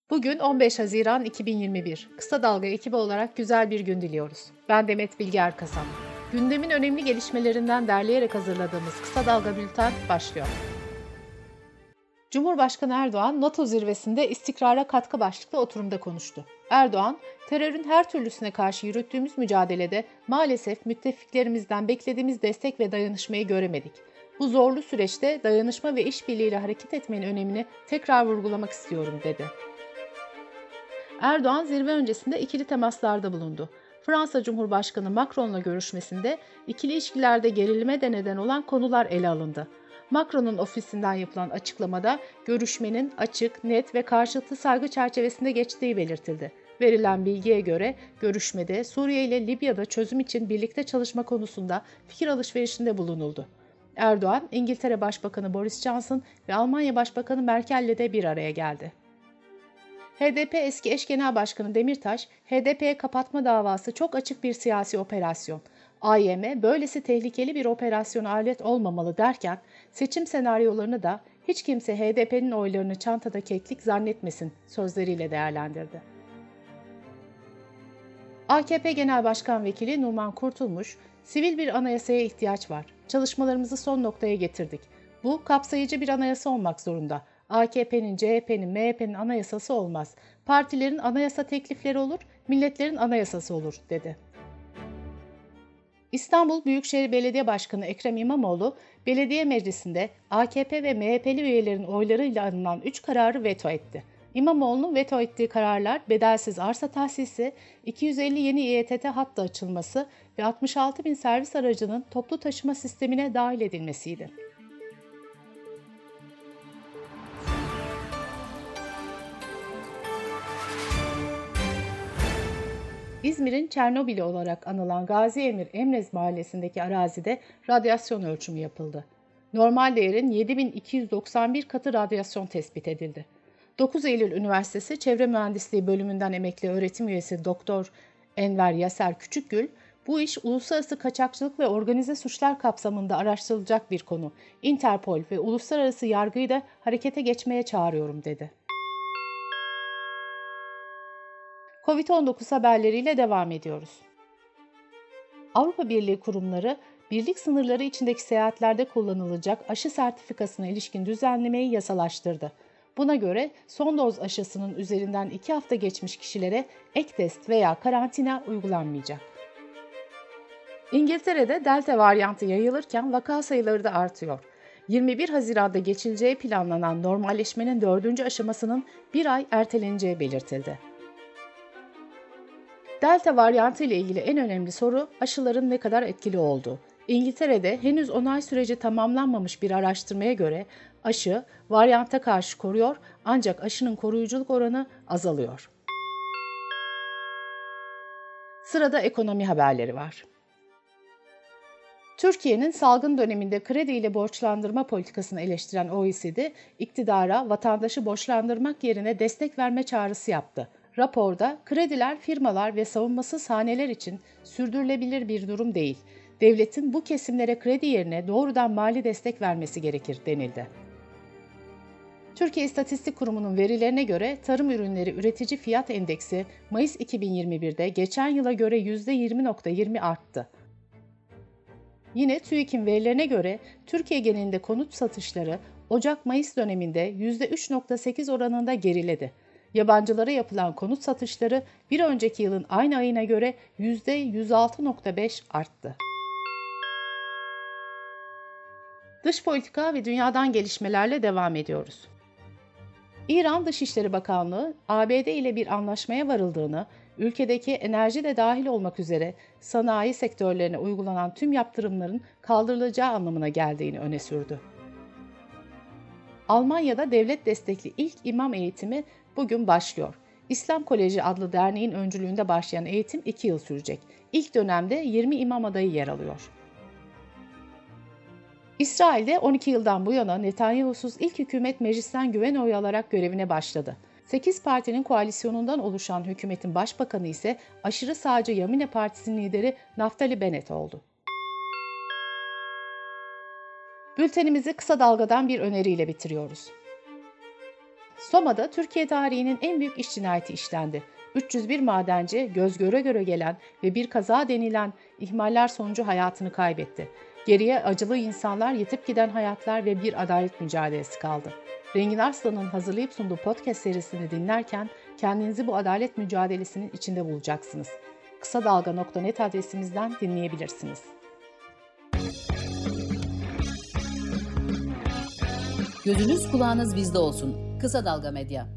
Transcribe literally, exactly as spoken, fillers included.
Bugün on beş Haziran iki bin yirmi bir. Kısa Dalga ekibi olarak güzel bir gün diliyoruz. Ben Demet Bilge Erkasap. Gündemin önemli gelişmelerinden derleyerek hazırladığımız Kısa Dalga Bülten başlıyor. Cumhurbaşkanı Erdoğan, NATO zirvesinde istikrara katkı başlıklı oturumda konuştu. Erdoğan, terörün her türlüsüne karşı yürüttüğümüz mücadelede maalesef müttefiklerimizden beklediğimiz destek ve dayanışmayı göremedik. Bu zorlu süreçte dayanışma ve işbirliğiyle hareket etmenin önemini tekrar vurgulamak istiyorum, dedi. Erdoğan zirve öncesinde ikili temaslarda bulundu. Fransa Cumhurbaşkanı Macron'la görüşmesinde ikili ilişkilerde gerilime de neden olan konular ele alındı. Macron'un ofisinden yapılan açıklamada görüşmenin açık, net ve karşılıklı saygı çerçevesinde geçtiği belirtildi. Verilen bilgiye göre görüşmede Suriye ile Libya'da çözüm için birlikte çalışma konusunda fikir alışverişinde bulunuldu. Erdoğan, İngiltere Başbakanı Boris Johnson ve Almanya Başbakanı Merkel'le de bir araya geldi. H D P eski eş genel başkanı Demirtaş, H D P'ye kapatma davası çok açık bir siyasi operasyon. A Y M böylesi tehlikeli bir operasyona alet olmamalı derken seçim senaryolarını da hiç kimse H D P'nin oylarını çantada keklik zannetmesin sözleriyle değerlendirdi. A K P Genel Başkan Vekili Numan Kurtulmuş, sivil bir anayasaya ihtiyaç var. Çalışmalarımızı son noktaya getirdik. Bu kapsayıcı bir anayasa olmak zorunda. A K P'nin, C H P'nin, M H P'nin anayasası olmaz. Partilerin anayasa teklifleri olur, milletlerin anayasası olur, dedi. İstanbul Büyükşehir Belediye Başkanı Ekrem İmamoğlu, belediye meclisinde A K P ve M H P'li üyelerin oylarıyla alınan üç kararı veto etti. İmamoğlu'nun veto ettiği kararlar bedelsiz arsa tahsisi, iki yüz elli yeni İ E T T hattı açılması ve altmış altı bin servis aracının toplu taşıma sistemine dahil edilmesiydi. İzmir'in Çernobil'i olarak anılan Gazi Emir Emrez Mahallesi'ndeki arazide radyasyon ölçümü yapıldı. Normal değerin yedi bin iki yüz doksan bir katı radyasyon tespit edildi. dokuz Eylül Üniversitesi Çevre Mühendisliği bölümünden emekli öğretim üyesi Doktor Enver Yaser Küçükgül, bu iş uluslararası kaçakçılık ve organize suçlar kapsamında araştırılacak bir konu. Interpol ve uluslararası yargıyı da harekete geçmeye çağırıyorum, dedi. kovid on dokuz haberleriyle devam ediyoruz. Avrupa Birliği kurumları, birlik sınırları içindeki seyahatlerde kullanılacak aşı sertifikasına ilişkin düzenlemeyi yasalaştırdı. Buna göre son doz aşısının üzerinden iki hafta geçmiş kişilere ek test veya karantina uygulanmayacak. İngiltere'de Delta varyantı yayılırken vaka sayıları da artıyor. yirmi bir Haziran'da geçileceği planlanan normalleşmenin dördüncü aşamasının bir ay erteleneceği belirtildi. Delta varyantı ile ilgili en önemli soru aşıların ne kadar etkili olduğu. İngiltere'de henüz onay süreci tamamlanmamış bir araştırmaya göre aşı varyanta karşı koruyor ancak aşının koruyuculuk oranı azalıyor. Sırada ekonomi haberleri var. Türkiye'nin salgın döneminde kredi ile borçlandırma politikasını eleştiren O E C D, iktidara vatandaşı borçlandırmak yerine destek verme çağrısı yaptı. Raporda krediler firmalar ve savunmasız haneler için sürdürülebilir bir durum değil. Devletin bu kesimlere kredi yerine doğrudan mali destek vermesi gerekir denildi. Türkiye İstatistik Kurumu'nun verilerine göre tarım ürünleri üretici fiyat endeksi Mayıs iki bin yirmi birde geçen yıla göre yüzde yirmi virgül yirmi arttı. Yine TÜİK'in verilerine göre Türkiye genelinde konut satışları Ocak-Mayıs döneminde yüzde üç virgül sekiz oranında geriledi. Yabancılara yapılan konut satışları bir önceki yılın aynı ayına göre yüzde yüz altı virgül beş arttı. Dış politika ve dünyadan gelişmelerle devam ediyoruz. İran Dışişleri Bakanlığı, A B D ile bir anlaşmaya varıldığını, ülkedeki enerji de dahil olmak üzere sanayi sektörlerine uygulanan tüm yaptırımların kaldırılacağı anlamına geldiğini öne sürdü. Almanya'da devlet destekli ilk imam eğitimi bugün başlıyor. İslam Koleji adlı derneğin öncülüğünde başlayan eğitim iki yıl sürecek. İlk dönemde yirmi imam adayı yer alıyor. İsrail'de on iki yıldan bu yana Netanyahu'suz ilk hükümet meclisten güven oyu alarak görevine başladı. sekiz partinin koalisyonundan oluşan hükümetin başbakanı ise aşırı sağcı Yamine Partisi'nin lideri Naftali Bennett oldu. Bültenimizi kısa dalgadan bir öneriyle bitiriyoruz. Soma'da Türkiye tarihinin en büyük iş cinayeti işlendi. üç yüz bir madenci göz göre göre gelen ve bir kaza denilen ihmaller sonucu hayatını kaybetti. Geriye acılı insanlar, yitip giden hayatlar ve bir adalet mücadelesi kaldı. Rengin Arslan'ın hazırlayıp sunduğu podcast serisini dinlerken kendinizi bu adalet mücadelesinin içinde bulacaksınız. kısa dalga nokta net adresimizden dinleyebilirsiniz. Gözünüz kulağınız bizde olsun. Kısa Dalga Medya.